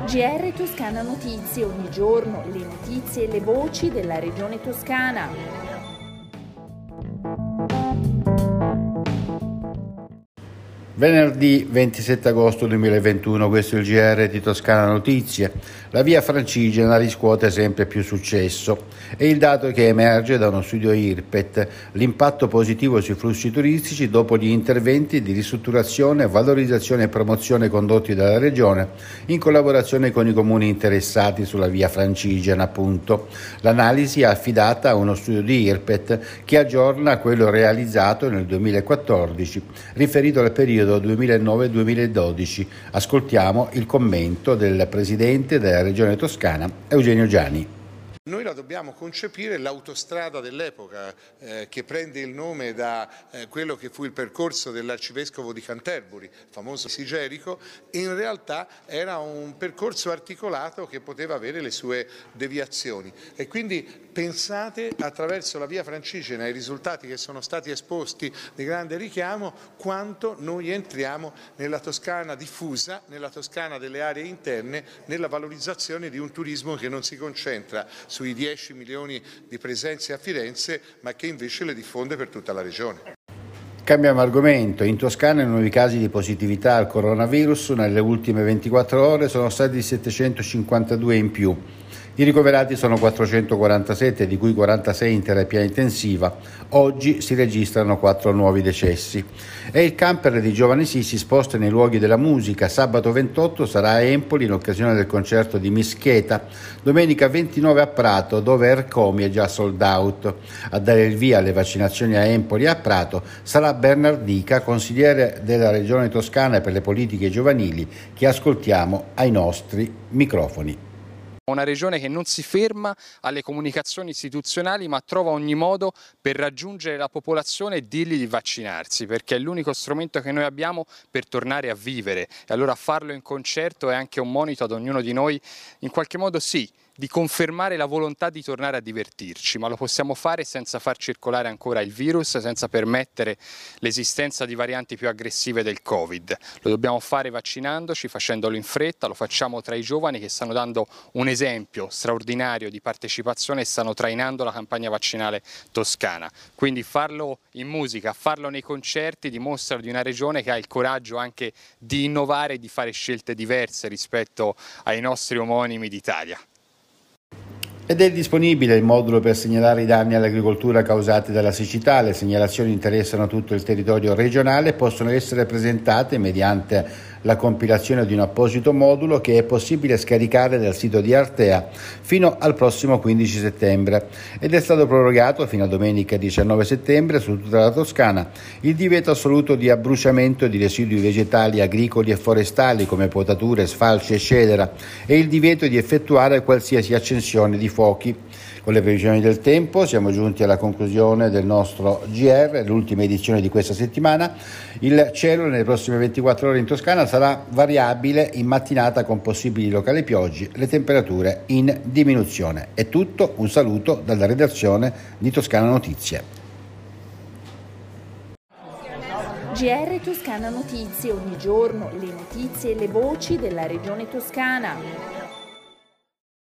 GR Toscana Notizie, ogni giorno le notizie e le voci della regione toscana. Venerdì 27 agosto 2021, questo è il GR di Toscana Notizie. La via Francigena riscuote sempre più successo. È il dato che emerge da uno studio IRPET, l'impatto positivo sui flussi turistici dopo gli interventi di ristrutturazione, valorizzazione e promozione condotti dalla Regione in collaborazione con i comuni interessati sulla via Francigena, appunto. L'analisi è affidata a uno studio di IRPET che aggiorna quello realizzato nel 2014, riferito al periodo 2009-2012. Ascoltiamo il commento del presidente della Regione Toscana, Eugenio Giani. Noi la dobbiamo concepire l'autostrada dell'epoca che prende il nome da quello che fu il percorso dell'arcivescovo di Canterbury, famoso Sigerico. In realtà era un percorso articolato che poteva avere le sue deviazioni e quindi pensate attraverso la via Francigena ai risultati che sono stati esposti di grande richiamo quanto noi entriamo nella Toscana diffusa, nella Toscana delle aree interne, nella valorizzazione di un turismo che non si concentra sui 10 milioni di presenze a Firenze, ma che invece le diffonde per tutta la regione. Cambiamo argomento. In Toscana i nuovi casi di positività al coronavirus nelle ultime 24 ore sono stati 752 in più. I ricoverati sono 447, di cui 46 in terapia intensiva. Oggi si registrano 4 nuovi decessi. E il camper di Giovani Sì si sposta nei luoghi della musica. Sabato 28 sarà a Empoli in occasione del concerto di Mischeta. Domenica 29 a Prato, dove Ercomi è già sold out. A dare il via alle vaccinazioni a Empoli e a Prato sarà Bernardica, consigliere della Regione Toscana per le politiche giovanili, che ascoltiamo ai nostri microfoni. Una regione che non si ferma alle comunicazioni istituzionali ma trova ogni modo per raggiungere la popolazione e dirgli di vaccinarsi, perché è l'unico strumento che noi abbiamo per tornare a vivere, e allora farlo in concerto è anche un monito ad ognuno di noi, in qualche modo sì, di confermare la volontà di tornare a divertirci, ma lo possiamo fare senza far circolare ancora il virus, senza permettere l'esistenza di varianti più aggressive del Covid. Lo dobbiamo fare vaccinandoci, facendolo in fretta, lo facciamo tra i giovani che stanno dando un esempio straordinario di partecipazione e stanno trainando la campagna vaccinale toscana. Quindi farlo in musica, farlo nei concerti dimostra di una regione che ha il coraggio anche di innovare e di fare scelte diverse rispetto ai nostri omonimi d'Italia. Ed è disponibile il modulo per segnalare i danni all'agricoltura causati dalla siccità. Le segnalazioni interessano tutto il territorio regionale e possono essere presentate mediante la compilazione di un apposito modulo che è possibile scaricare dal sito di Artea fino al prossimo 15 settembre ed è stato prorogato fino a domenica 19 settembre su tutta la Toscana il divieto assoluto di abbruciamento di residui vegetali, agricoli e forestali come potature, sfalci eccetera e il divieto di effettuare qualsiasi accensione di fuochi. Con le previsioni del tempo siamo giunti alla conclusione del nostro GR, l'ultima edizione di questa settimana. Il cielo nelle prossime 24 ore in Toscana sarà variabile in mattinata con possibili locali piogge, le temperature in diminuzione. È tutto, un saluto dalla redazione di Toscana Notizie. GR Toscana Notizie, ogni giorno le notizie e le voci della regione toscana.